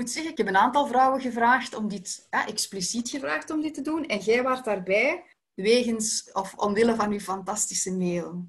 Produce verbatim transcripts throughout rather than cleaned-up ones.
moet zeggen, ik heb een aantal vrouwen gevraagd om dit, ja, expliciet gevraagd om dit te doen. En jij waart daarbij wegens, of omwille van uw fantastische mail.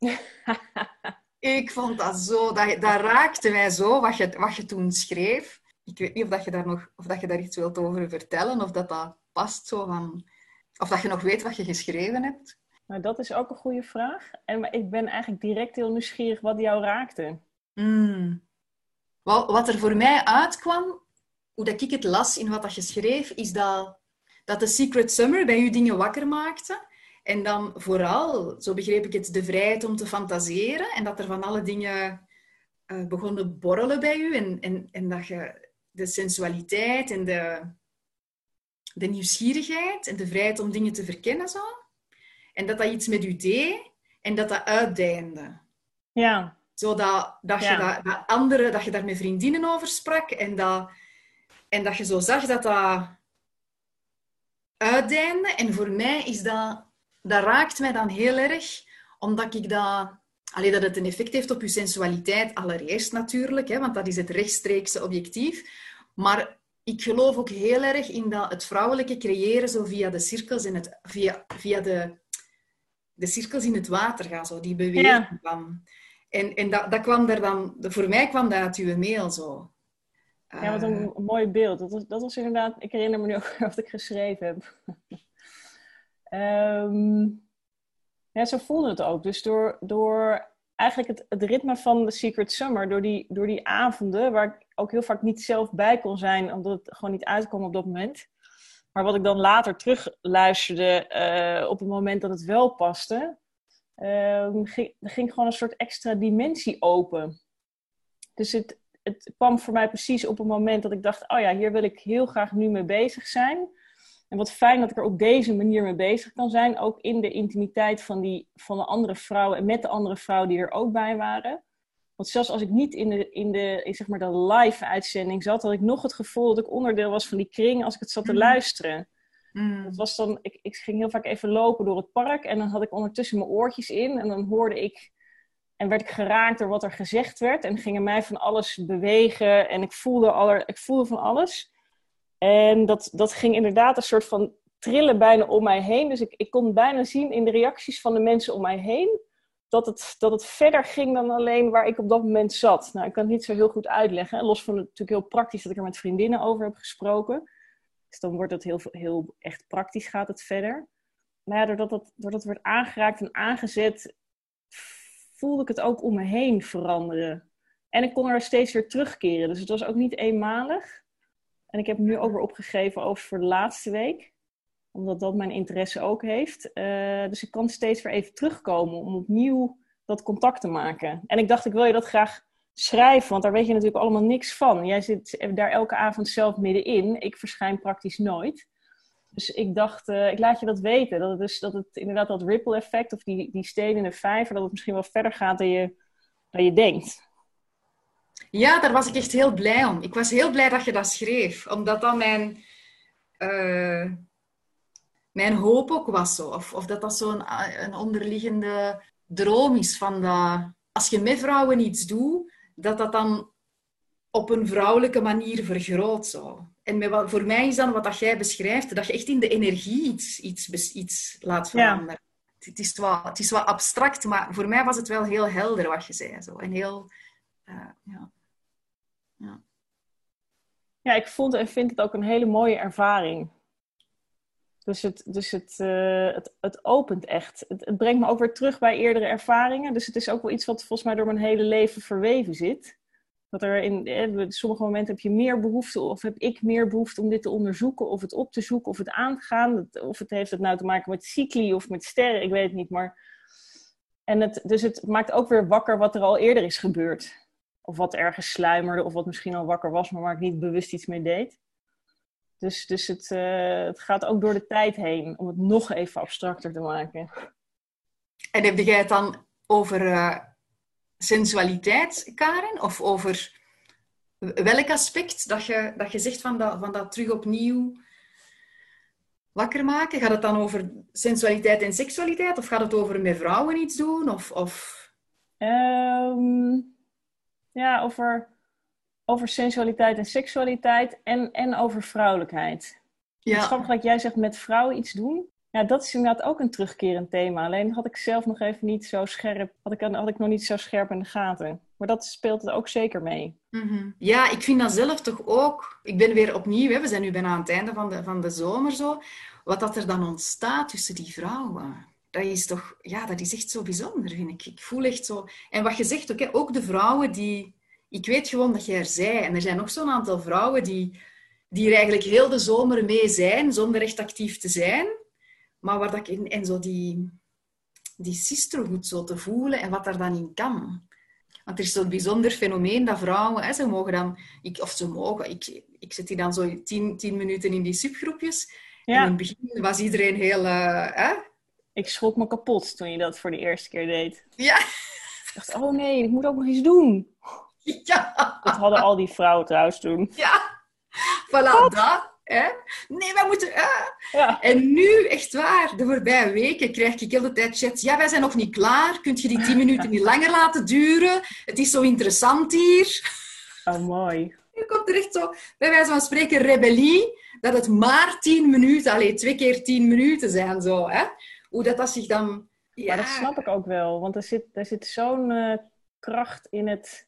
Ik vond dat zo, dat, dat raakte mij zo, wat je, wat je toen schreef. Ik weet niet of, dat je, daar nog, of dat je daar iets wilt over vertellen, of dat dat past zo van... Of dat je nog weet wat je geschreven hebt. Nou, dat is ook een goede vraag. En maar ik ben eigenlijk direct heel nieuwsgierig wat jou raakte. Mm. Wel, wat er voor mij uitkwam, hoe dat ik het las in wat dat je schreef, is dat, dat de Secret Summer bij u dingen wakker maakte. En dan vooral, zo begreep ik het, de vrijheid om te fantaseren. En dat er van alle dingen uh, begonnen borrelen bij u. En, en, en dat je de sensualiteit en de, de nieuwsgierigheid en de vrijheid om dingen te verkennen zo. En dat dat iets met u deed en dat dat uitdeinde. Ja. Zodat dat je, Ja. dat, dat, andere, dat je daar met vriendinnen over sprak en dat, en dat je zo zag dat dat uitdeinde. En voor mij is dat... Dat raakt mij dan heel erg, omdat ik dat... Allee, dat het een effect heeft op je sensualiteit, allereerst natuurlijk, hè, want dat is het rechtstreekse objectief. Maar ik geloof ook heel erg in dat het vrouwelijke creëren zo via de cirkels in het, via, via de, de cirkels in het water gaan, zo, die beweging Ja. van. En, en dat, dat kwam er dan... Voor mij kwam dat uit uw mail zo. Ja, wat een, een mooi beeld. Dat was, dat was inderdaad... Ik herinner me nu ook wat ik geschreven heb. um, ja, zo voelde het ook. Dus door, door eigenlijk het, het ritme van de Secret Summer, door die, door die avonden, waar ik ook heel vaak niet zelf bij kon zijn, omdat het gewoon niet uitkwam op dat moment. Maar wat ik dan later terugluisterde uh, op het moment dat het wel paste, uh, ging, ging gewoon een soort extra dimensie open. Dus het, het kwam voor mij precies op het moment dat ik dacht, oh ja, hier wil ik heel graag nu mee bezig zijn. En wat fijn dat ik er op deze manier mee bezig kan zijn. Ook in de intimiteit van, die, van de andere vrouwen en met de andere vrouwen die er ook bij waren. Want zelfs als ik niet in de, in de, in zeg maar de live uitzending zat, had ik nog het gevoel dat ik onderdeel was van die kring als ik het zat te Mm. luisteren. Mm. Dat was dan, ik, ik ging heel vaak even lopen door het park en dan had ik ondertussen mijn oortjes in. En dan hoorde ik en werd ik geraakt door wat er gezegd werd. En ging er mij van alles bewegen en ik voelde, aller, ik voelde van alles. En dat, dat ging inderdaad een soort van trillen bijna om mij heen. Dus ik, ik kon bijna zien in de reacties van de mensen om mij heen dat het, dat het verder ging dan alleen waar ik op dat moment zat. Nou, ik kan het niet zo heel goed uitleggen. Los van het natuurlijk heel praktisch dat ik er met vriendinnen over heb gesproken. Dus dan wordt het heel, heel echt praktisch gaat het verder. Maar ja, doordat het, doordat het werd aangeraakt en aangezet, voelde ik het ook om me heen veranderen. En ik kon er steeds weer terugkeren. Dus het was ook niet eenmalig. En ik heb hem nu ook weer opgegeven over voor de laatste week. Omdat dat mijn interesse ook heeft. Uh, dus ik kan steeds weer even terugkomen om opnieuw dat contact te maken. En ik dacht, ik wil je dat graag schrijven. Want daar weet je natuurlijk allemaal niks van. Jij zit daar elke avond zelf middenin. Ik verschijn praktisch nooit. Dus ik dacht, uh, ik laat je dat weten. Dat het, dus, dat het inderdaad dat ripple effect of die, die steen in de vijver, dat het misschien wel verder gaat dan je, dan je denkt. Ja, daar was ik echt heel blij om. Ik was heel blij dat je dat schreef. Omdat dat mijn, uh, mijn hoop ook was. Zo. Of, of dat dat zo'n een onderliggende droom is. Van dat als je met vrouwen iets doet, dat dat dan op een vrouwelijke manier vergroot. Zo. En met wat, voor mij is dan wat dat jij beschrijft, dat je echt in de energie iets, iets, iets laat veranderen. Ja. Het, is wat, het is wat abstract, maar voor mij was het wel heel helder wat je zei. Zo. En heel... Uh, ja. Ja. Ja, ik vond en vind het ook een hele mooie ervaring. Dus het, dus het, uh, het, het opent echt. Het, het brengt me ook weer terug bij eerdere ervaringen. Dus het is ook wel iets wat volgens mij door mijn hele leven verweven zit. Dat er in eh, sommige momenten heb je meer behoefte, of heb ik meer behoefte om dit te onderzoeken, of het op te zoeken, of het aan te gaan. Of het heeft het nou te maken met cycli of met sterren, ik weet het niet. Maar... En het, dus het maakt ook weer wakker wat er al eerder is gebeurd. Of wat ergens sluimerde, of wat misschien al wakker was, maar waar ik niet bewust iets mee deed. Dus, dus het, uh, het gaat ook door de tijd heen, om het nog even abstracter te maken. En heb jij het dan over uh, sensualiteit, Karen? Of over welk aspect dat je, dat je zegt van dat, van dat terug opnieuw wakker maken? Gaat het dan over sensualiteit en seksualiteit? Of gaat het over met vrouwen iets doen? Of... of... Um... Ja, over, over sensualiteit en seksualiteit en, en over vrouwelijkheid. Ja. Het is grappig dat jij zegt met vrouwen iets doen. Ja, dat is inderdaad ook een terugkerend thema. Alleen had ik zelf nog even niet zo scherp, had ik, had ik nog niet zo scherp in de gaten. Maar dat speelt het ook zeker mee. Mm-hmm. Ja, ik vind dat zelf toch ook. Ik ben weer opnieuw, hè, we zijn nu bijna aan het einde van de, van de zomer zo. Wat dat er dan ontstaat tussen die vrouwen. Dat is toch, ja, dat is echt zo bijzonder, vind ik. Ik voel echt zo. En wat je zegt ook, hè, ook de vrouwen die. Ik weet gewoon dat jij er zij. En er zijn nog zo'n aantal vrouwen die, die er eigenlijk heel de zomer mee zijn, zonder echt actief te zijn. Maar waar dat ik in, en zo die, die sisterhood zo te voelen en wat daar dan in kan. Want er is zo'n bijzonder fenomeen dat vrouwen, hè, ze mogen dan, ik, of ze mogen, ik, ik zet die dan zo tien, tien minuten in die subgroepjes. Ja. En in het begin was iedereen heel, uh, hè? Ik schrok me kapot toen je dat voor de eerste keer deed. Ja. Ik dacht, oh nee, ik moet ook nog iets doen. Ja. Dat hadden al die vrouwen trouwens toen. Ja. Voilà, dat. Hè? Nee, wij moeten... Uh. Ja. En nu, echt waar, de voorbije weken krijg ik heel de tijd chats. Ja, wij zijn nog niet klaar. Kunt je die tien minuten niet langer laten duren? Het is zo interessant hier. Oh, mooi. Er komt er echt zo, bij wijze van spreken, rebellie, dat het maar tien minuten, alleen twee keer tien minuten zijn. Zo, hè? Hoe dat, dat zich dan... Ja. Maar dat snap ik ook wel. Want er zit, er zit zo'n uh, kracht in het...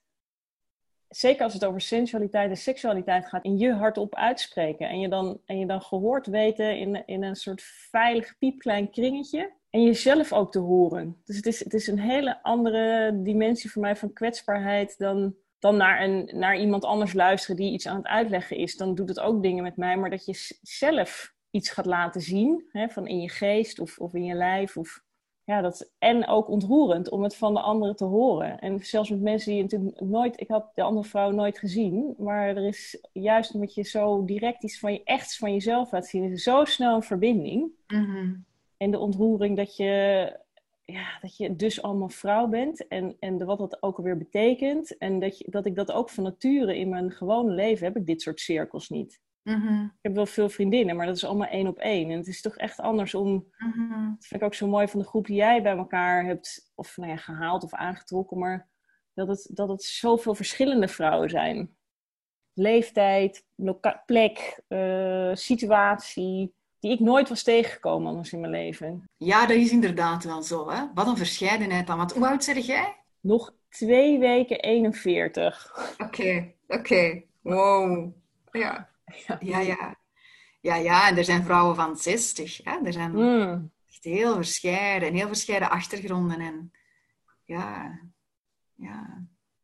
Zeker als het over sensualiteit en seksualiteit gaat, in je hardop uitspreken. En je dan, en je dan gehoord weten in, in een soort veilig, piepklein kringetje. En jezelf ook te horen. Dus het is, het is een hele andere dimensie voor mij van kwetsbaarheid dan, dan naar, een, naar iemand anders luisteren die iets aan het uitleggen is. Dan doet het ook dingen met mij. Maar dat je zelf iets gaat laten zien, hè, van in je geest of, of in je lijf of... Ja, dat, en ook ontroerend om het van de anderen te horen. En zelfs met mensen die je natuurlijk nooit... Ik had de andere vrouw nooit gezien. Maar er is juist omdat je zo direct iets van je echt van jezelf laat zien... is er zo snel een verbinding. Mm-hmm. En de ontroering dat je, ja, dat je dus allemaal vrouw bent. En, en de, wat dat ook alweer betekent. En dat, je, dat ik dat ook van nature in mijn gewone leven heb ik dit soort cirkels niet. Mm-hmm. Ik heb wel veel vriendinnen, maar dat is allemaal één op één. En het is toch echt anders om... Mm-hmm. Dat vind ik ook zo mooi van de groep die jij bij elkaar hebt... of nou ja, gehaald of aangetrokken... maar dat het, dat het zoveel verschillende vrouwen zijn. Leeftijd, loka- plek, uh, situatie... die ik nooit was tegengekomen anders in mijn leven. Ja, dat is inderdaad wel zo. Hè? Wat een verscheidenheid dan. Want hoe oud zeg jij? Nog twee weken eenenveertig. Oké, okay, oké. Okay. Wow. Ja. Ja. Ja, ja. Ja, ja, en er zijn vrouwen van zestig. Hè? Er zijn Mm. echt heel verscheiden, heel verscheiden achtergronden. En ja, ja,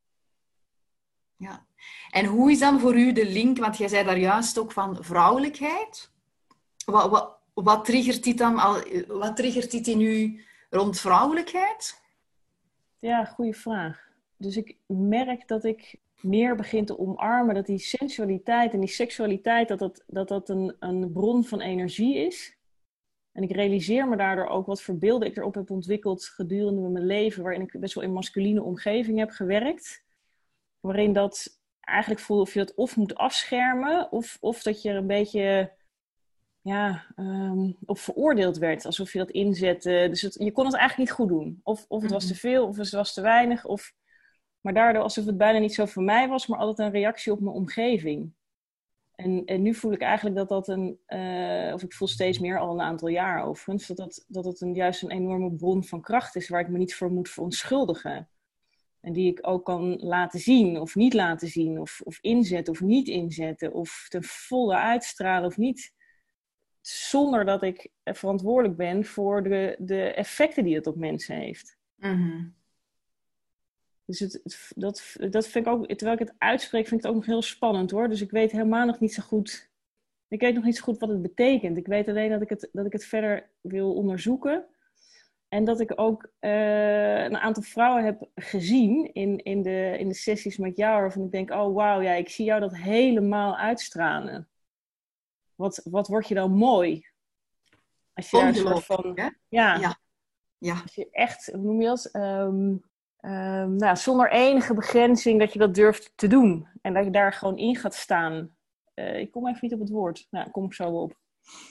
ja. En hoe is dan voor u de link, want jij zei daar juist ook van vrouwelijkheid. Wat, wat, wat triggert dit dan al, wat triggert dit in u rond vrouwelijkheid? Ja, goede vraag. Dus ik merk dat ik meer begin te omarmen dat die sensualiteit en die seksualiteit, dat dat, dat, dat een, een bron van energie is. En ik realiseer me daardoor ook wat voor beelden ik erop heb ontwikkeld gedurende mijn leven, waarin ik best wel in masculine omgeving heb gewerkt. Waarin dat eigenlijk voelde of je dat of moet afschermen, of, of dat je er een beetje ja, um, op veroordeeld werd. Alsof je dat inzette. Dus het, je kon het eigenlijk niet goed doen. Of, of het was te veel, of het was te weinig. Of... Maar daardoor alsof het bijna niet zo voor mij was, maar altijd een reactie op mijn omgeving. En, en nu voel ik eigenlijk dat dat een... Uh, of ik voel steeds meer al een aantal jaar overigens, dat dat, dat het een, juist een enorme bron van kracht is waar ik me niet voor moet verontschuldigen. En die ik ook kan laten zien of niet laten zien. Of, of inzetten of niet inzetten. Of ten volle uitstralen of niet. Zonder dat ik verantwoordelijk ben voor de, de effecten die het op mensen heeft. Mm-hmm. Dus het, het, dat, dat vind ik ook, terwijl ik het uitspreek, vind ik het ook nog heel spannend hoor. Dus ik weet helemaal nog niet zo goed. Ik weet nog niet zo goed wat het betekent. Ik weet alleen dat ik het, dat ik het verder wil onderzoeken. En dat ik ook uh, een aantal vrouwen heb gezien in, in, de, in de sessies met jou. Waarvan ik denk, oh wauw, ja, ik zie jou dat helemaal uitstralen. Wat, wat word je dan mooi? Als je daar een soort van... Hè? Ja, ja. ja. Als je echt, hoe noem je dat? Um, um, nou, zonder enige begrenzing dat je dat durft te doen. En dat je daar gewoon in gaat staan. Uh, ik kom even niet op het woord. Nou, daar kom ik zo wel op.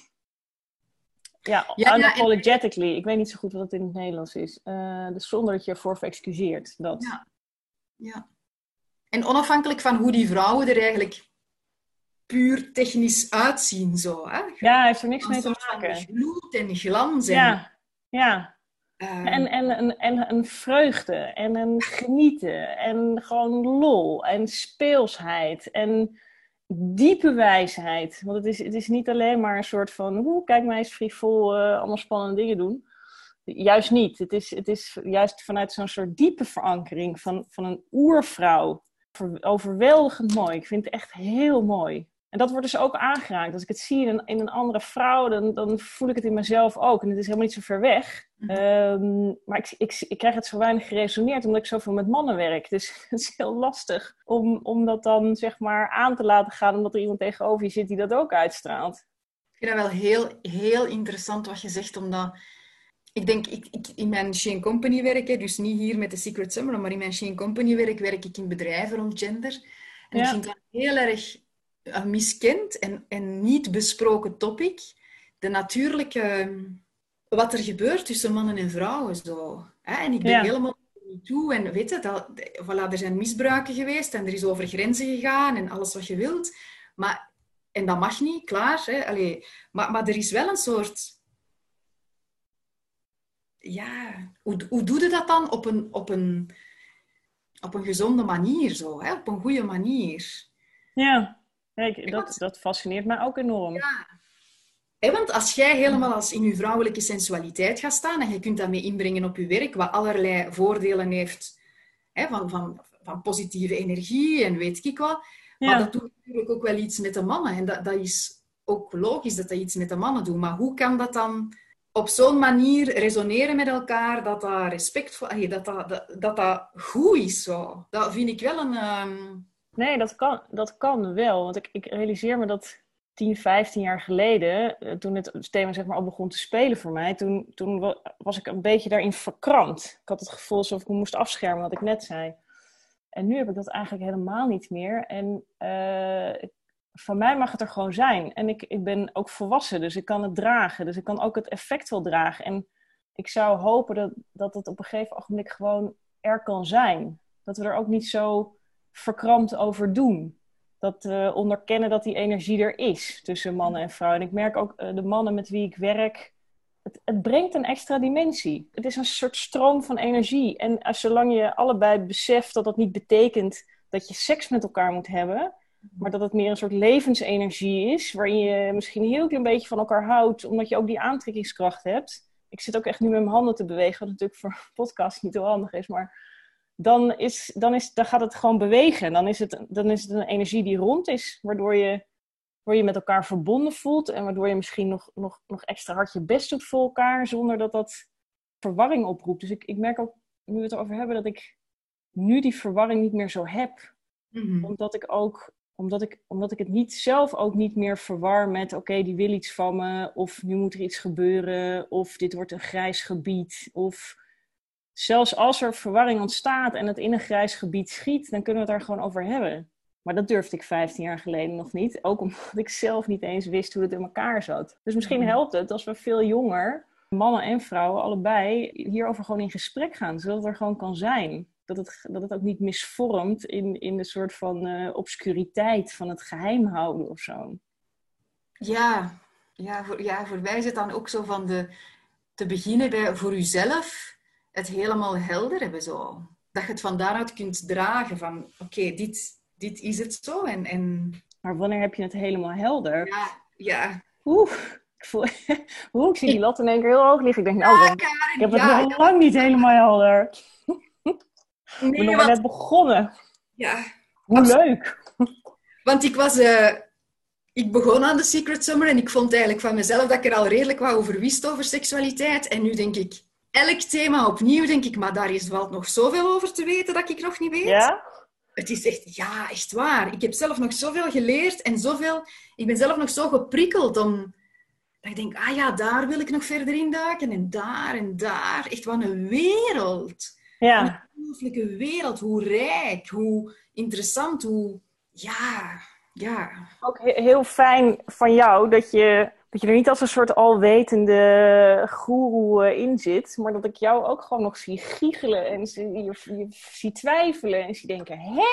Ja, ja, unapologetically. Ja, en... Ik weet niet zo goed wat het in het Nederlands is. Uh, dus zonder dat je ervoor excuseert. Dat. Ja. ja. En onafhankelijk van hoe die vrouwen er eigenlijk puur technisch uitzien. Zo, hè? Ja, hij heeft er niks Een mee te soort van maken. gloed en glans. En, Ja, ja. uh, En, en, en, en een vreugde en een genieten en gewoon lol en speelsheid en diepe wijsheid. Want het is, het is niet alleen maar een soort van, hoe kijk mij eens frivol uh, allemaal spannende dingen doen. Juist niet. Het is, het is juist vanuit zo'n soort diepe verankering van, van een oervrouw. Overweldigend mooi. Ik vind het echt heel mooi. En dat wordt dus ook aangeraakt. Als ik het zie in een, in een andere vrouw, dan, dan voel ik het in mezelf ook. En het is helemaal niet zo ver weg. Mm-hmm. Um, maar ik, ik, ik krijg het zo weinig geresoneerd, omdat ik zoveel met mannen werk. Dus het is heel lastig om, om dat dan zeg maar aan te laten gaan, omdat er iemand tegenover je zit die dat ook uitstraalt. Ik vind dat wel heel, heel interessant wat je zegt, omdat ik denk, ik, ik, in mijn Shane Company werk, hè, dus niet hier met de Secret Summer, maar in mijn Shane Company werk, werk ik in bedrijven rond gender. En ja. Ik vind dat heel erg een miskend en, en niet besproken topic. De natuurlijke... Wat er gebeurt tussen mannen en vrouwen. Zo. En ik ben ja. helemaal niet toe. En weet je, dat, voilà, er zijn misbruiken geweest en er is over grenzen gegaan en alles wat je wilt. Maar, en dat mag niet, klaar. Hè? Allee, maar, maar er is wel een soort... Ja, hoe, hoe doe je dat dan op een, op een, op een gezonde manier? Zo, hè? Op een goede manier. Ja, Kijk, dat, dat fascineert mij ook enorm. Ja. He, want als jij helemaal als in je vrouwelijke sensualiteit gaat staan en je kunt dat mee inbrengen op je werk, wat allerlei voordelen heeft, he, van, van, van positieve energie en weet ik wat, ja. Maar dat doet natuurlijk ook wel iets met de mannen. En dat, dat is ook logisch dat dat iets met de mannen doet. Maar hoe kan dat dan op zo'n manier resoneren met elkaar, dat dat respectvol, dat dat, dat, dat, dat goed is? Zo. Dat vind ik wel een... Um... Nee, dat kan, dat kan wel. Want ik, ik realiseer me dat... tien, vijftien jaar geleden, toen het thema zeg maar al begon te spelen voor mij, toen, toen was ik een beetje daarin verkrampt. Ik had het gevoel alsof ik me moest afschermen, wat ik net zei. En nu heb ik dat eigenlijk helemaal niet meer. En uh, van mij mag het er gewoon zijn. En ik, ik ben ook volwassen, dus ik kan het dragen. Dus ik kan ook het effect wel dragen. En ik zou hopen dat, dat het op een gegeven ogenblik gewoon er kan zijn. Dat we er ook niet zo verkrampt over doen. Dat we uh, onderkennen dat die energie er is tussen mannen en vrouwen. En ik merk ook uh, de mannen met wie ik werk, het, het brengt een extra dimensie. Het is een soort stroom van energie. En uh, zolang je allebei beseft dat dat niet betekent dat je seks met elkaar moet hebben, maar dat het meer een soort levensenergie is, waarin je misschien een heel klein beetje van elkaar houdt, omdat je ook die aantrekkingskracht hebt. Ik zit ook echt nu met mijn handen te bewegen, wat natuurlijk voor een podcast niet heel handig is, maar... Dan, is, dan, is, dan gaat het gewoon bewegen. Dan is het, dan is het een energie die rond is. Waardoor je, waardoor je met elkaar verbonden voelt. En waardoor je misschien nog, nog, nog extra hard je best doet voor elkaar. Zonder dat dat verwarring oproept. Dus ik, ik merk ook, nu we het erover hebben, dat ik nu die verwarring niet meer zo heb. Mm-hmm. Omdat ik ook, omdat ik, omdat ik het niet zelf ook niet meer verwar met... Oké, okay, die wil iets van me. Of nu moet er iets gebeuren. Of dit wordt een grijs gebied. Of... Zelfs als er verwarring ontstaat en het in een grijs gebied schiet, dan kunnen we het daar gewoon over hebben. Maar dat durfde ik vijftien jaar geleden nog niet. Ook omdat ik zelf niet eens wist hoe het in elkaar zat. Dus misschien helpt het als we veel jonger, mannen en vrouwen, allebei, hierover gewoon in gesprek gaan. Zodat het er gewoon kan zijn. Dat het, dat het ook niet misvormt in, in de soort van uh, obscuriteit van het geheim houden of zo. Ja, ja, voor, ja, voor mij is het dan ook zo van de, te beginnen bij voor uzelf... het helemaal helder hebben zo. Dat je het van daaruit kunt dragen van... Oké, okay, dit, dit is het zo. En, en... Maar wanneer heb je het helemaal helder? Ja, ja. Oeh, ik, voel... Oeh, ik zie die lat in één keer heel hoog liggen. Ik denk, nou, ja, ik, Karen, ik heb het ja, nog lang niet helemaal helder. Nee, ik ben nog want... net begonnen. Ja. Hoe absoluut. Leuk. Want ik was... Uh... Ik begon aan de Secret Summer en ik vond eigenlijk van mezelf dat ik er al redelijk wat over wist over seksualiteit. En nu denk ik... Elk thema opnieuw denk ik, maar daar is wel nog zoveel over te weten dat ik nog niet weet. Ja? Het is echt, ja, echt waar. Ik heb zelf nog zoveel geleerd en zoveel... Ik ben zelf nog zo geprikkeld om... Dat ik denk, ah ja, daar wil ik nog verder in duiken. En daar en daar. Echt wat een wereld. Ja. Een ongelooflijke wereld. Hoe rijk, hoe interessant, hoe... Ja, ja. Ook heel fijn van jou dat je... Dat je er niet als een soort alwetende goeroe in zit. Maar dat ik jou ook gewoon nog zie giechelen. En je, je, je zie twijfelen. En zie denken, hè?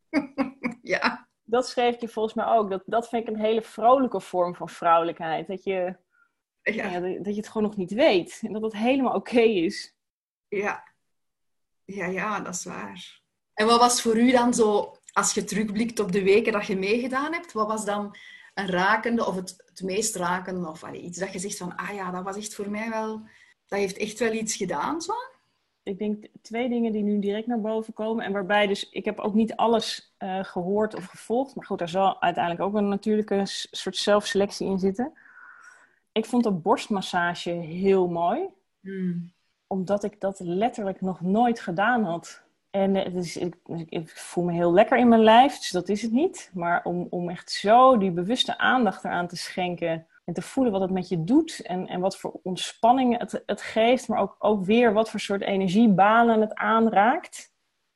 Ja. Dat schreef je volgens mij ook. Dat, dat vind ik een hele vrolijke vorm van vrouwelijkheid. Dat je, nou ja, Ja. dat je het gewoon nog niet weet. En dat het helemaal oké is. Ja. Ja, ja, dat is waar. En wat was voor u dan zo, als je terugblikt op de weken dat je meegedaan hebt, wat was dan een rakende of het, het meest rakende of allee, iets dat je zegt van, ah ja, dat was echt voor mij wel, dat heeft echt wel iets gedaan, zo? Ik denk twee dingen die nu direct naar boven komen. En waarbij dus, ik heb ook niet alles uh, gehoord of gevolgd. Maar goed, daar zal uiteindelijk ook een natuurlijke soort zelfselectie in zitten. Ik vond de borstmassage heel mooi. Hmm. Omdat ik dat letterlijk nog nooit gedaan had. En het is, ik, ik voel me heel lekker in mijn lijf, dus dat is het niet. Maar om, om echt zo die bewuste aandacht eraan te schenken en te voelen wat het met je doet en, en wat voor ontspanning het, het geeft, maar ook, ook weer wat voor soort energiebanen het aanraakt.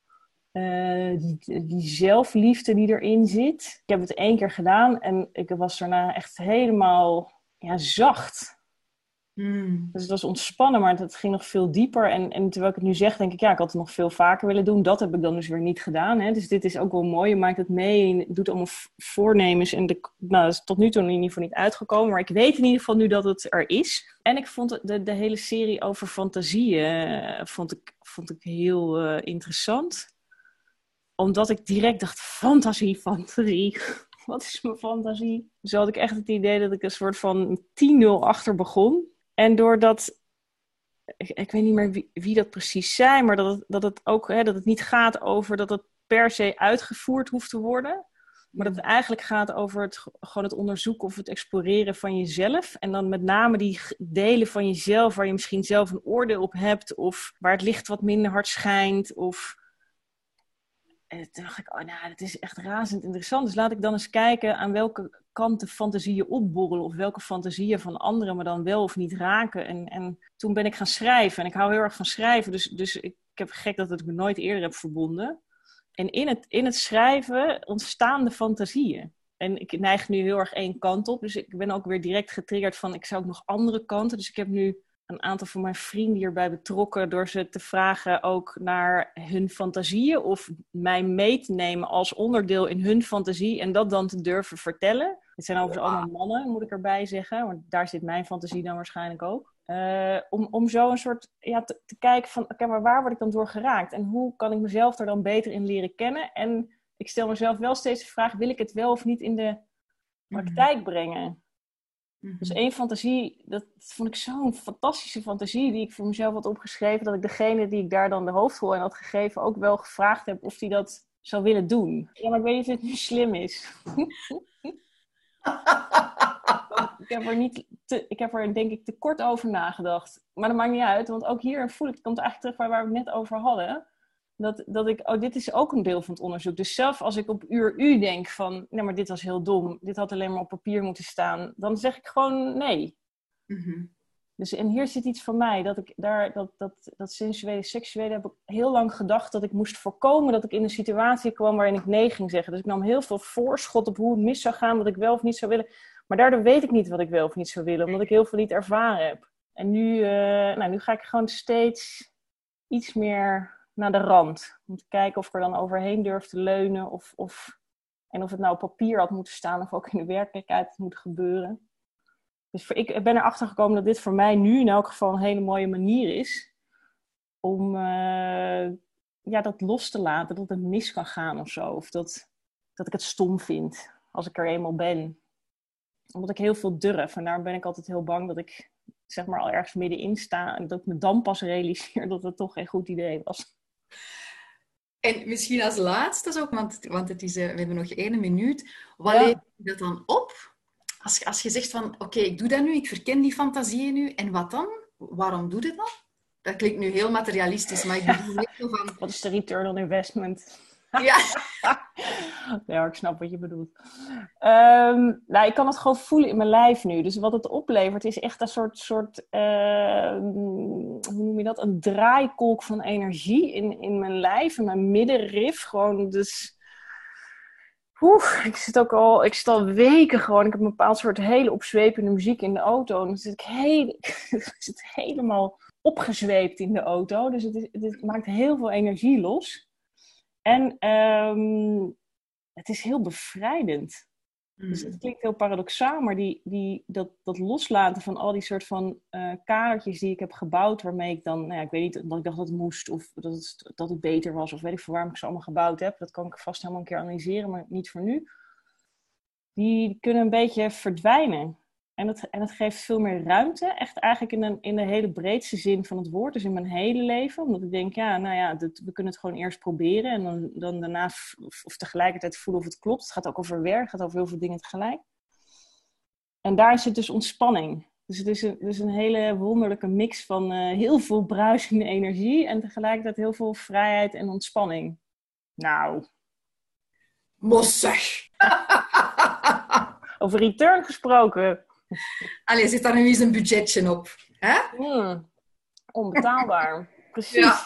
Uh, die, die zelfliefde die erin zit. Ik heb het één keer gedaan en ik was daarna echt helemaal ja, zacht. Hmm. Dus het was ontspannen, maar het ging nog veel dieper. En, en terwijl ik het nu zeg, denk ik, ja, ik had het nog veel vaker willen doen. Dat heb ik dan dus weer niet gedaan. Hè? Dus dit is ook wel mooi. Je maakt het mee, je doet allemaal voornemens. En de, nou, dat is tot nu toe in ieder geval niet uitgekomen. Maar ik weet in ieder geval nu dat het er is. En ik vond de, de hele serie over fantasieën uh, vond ik, vond ik heel uh, interessant. Omdat ik direct dacht, fantasie, fantasie. Wat is mijn fantasie? Dus had ik echt het idee dat ik een soort van tien nul achter begon. En doordat, ik, ik weet niet meer wie, wie dat precies zei, maar dat het, dat het ook, hè, dat het niet gaat over dat het per se uitgevoerd hoeft te worden. Maar dat het eigenlijk gaat over het, gewoon het onderzoeken of het exploreren van jezelf. En dan met name die delen van jezelf waar je misschien zelf een oordeel op hebt. Of waar het licht wat minder hard schijnt. Of... En toen dacht ik, oh nou, dat is echt razend interessant. Dus laat ik dan eens kijken aan welke kant de fantasieën opborrelen. Of welke fantasieën van anderen me dan wel of niet raken. En, en toen ben ik gaan schrijven. En ik hou heel erg van schrijven. Dus, dus ik, ik heb gek dat ik me nooit eerder heb verbonden. En in het, in het schrijven ontstaan de fantasieën. En ik neig nu heel erg één kant op. Dus ik ben ook weer direct getriggerd van, ik zou ook nog andere kanten. Dus ik heb nu een aantal van mijn vrienden hierbij betrokken door ze te vragen ook naar hun fantasieën of mij mee te nemen als onderdeel in hun fantasie en dat dan te durven vertellen. Het zijn overigens allemaal mannen, moet ik erbij zeggen, want daar zit mijn fantasie dan waarschijnlijk ook. Uh, om, om zo een soort ja, te, te kijken van, oké, okay, maar waar word ik dan door geraakt? En hoe kan ik mezelf er dan beter in leren kennen? En ik stel mezelf wel steeds de vraag, wil ik het wel of niet in de praktijk mm-hmm. brengen? Mm-hmm. Dus één fantasie, dat vond ik zo'n fantastische fantasie die ik voor mezelf had opgeschreven, dat ik degene die ik daar dan de hoofdrol in had gegeven ook wel gevraagd heb of die dat zou willen doen. Ja, maar ik weet niet of het nu slim is. ik, heb er niet te, ik heb er denk ik te kort over nagedacht. Maar dat maakt niet uit, want ook hier voel ik, het komt eigenlijk terug waar we het net over hadden. Dat, dat ik, oh, dit is ook een deel van het onderzoek. Dus zelf als ik op uur U denk van, nee, maar dit was heel dom. Dit had alleen maar op papier moeten staan. Dan zeg ik gewoon nee. Mm-hmm. Dus en hier zit iets van mij. Dat ik daar, dat, dat, dat sensuele, seksuele heb ik heel lang gedacht dat ik moest voorkomen dat ik in een situatie kwam waarin ik nee ging zeggen. Dus ik nam heel veel voorschot op hoe het mis zou gaan, wat ik wel of niet zou willen. Maar daardoor weet ik niet wat ik wel of niet zou willen, omdat ik heel veel niet ervaren heb. En nu, uh, nou, nu ga ik gewoon steeds iets meer naar de rand. Om te kijken of ik er dan overheen durf te leunen. Of, of, en of het nou op papier had moeten staan of ook in de werkelijkheid moet gebeuren. Dus voor, ik ben erachter gekomen dat dit voor mij nu in elk geval een hele mooie manier is. Om uh, ja, dat los te laten. Dat het mis kan gaan of zo. Of dat, dat ik het stom vind. Als ik er eenmaal ben. Omdat ik heel veel durf. En daarom ben ik altijd heel bang dat ik zeg maar al ergens middenin sta. En dat ik me dan pas realiseer dat het toch geen goed idee was. En misschien als laatste ook, want, want het is, uh, we hebben nog één minuut. Wat ja. leef je dat dan op? Als, als je zegt van, oké, okay, ik doe dat nu, ik verken die fantasieën nu. En wat dan? Waarom doe je dat? Dat klinkt nu heel materialistisch, maar ik bedoel niet zo van... Wat is de return on investment? Ja. Ja, ik snap wat je bedoelt. Um, nou, ik kan het gewoon voelen in mijn lijf nu. Dus wat het oplevert is echt een soort, soort uh, hoe noem je dat? Een draaikolk van energie in, in mijn lijf, in mijn middenrif. Gewoon, dus... Oeh, ik zit ook al, ik zit al weken gewoon, ik heb een bepaald soort hele opzwepende muziek in de auto. En dan zit ik, heel, ik zit helemaal opgezweept in de auto. Dus het, is, het maakt heel veel energie los. En um, het is heel bevrijdend. Mm. Dus het klinkt heel paradoxaal, maar die, die, dat, dat loslaten van al die soort van uh, kadertjes die ik heb gebouwd, waarmee ik dan, nou ja, ik weet niet, dat ik dacht dat het moest, of dat het, dat het beter was, of weet ik veel waarom ik ze allemaal gebouwd heb. Dat kan ik vast helemaal een keer analyseren, maar niet voor nu. Die kunnen een beetje verdwijnen. En het, en het geeft veel meer ruimte, echt eigenlijk in, een, in de hele breedste zin van het woord, dus in mijn hele leven. Omdat ik denk, ja, nou ja, dat, we kunnen het gewoon eerst proberen en dan, dan daarna f- of, of tegelijkertijd voelen of het klopt. Het gaat ook over werk, het gaat over heel veel dingen tegelijk. En daar zit dus ontspanning. Dus het is een, dus een hele wonderlijke mix van uh, heel veel bruisende energie en tegelijkertijd heel veel vrijheid en ontspanning. Nou. Mossig! Over return gesproken. Allee, zit daar nu eens een budgetje op. Hè? Mm, onbetaalbaar. Precies. Ja.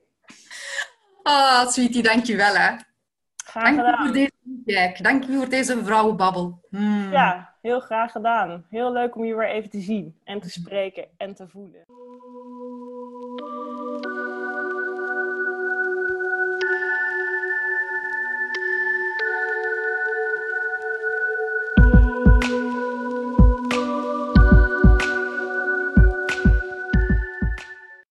Ah, sweetie, dankjewel hè. Graag Dank je gedaan. voor deze feedback. Dank je voor deze vrouwenbabbel. Mm. Ja, heel graag gedaan. Heel leuk om je weer even te zien en te spreken en te voelen.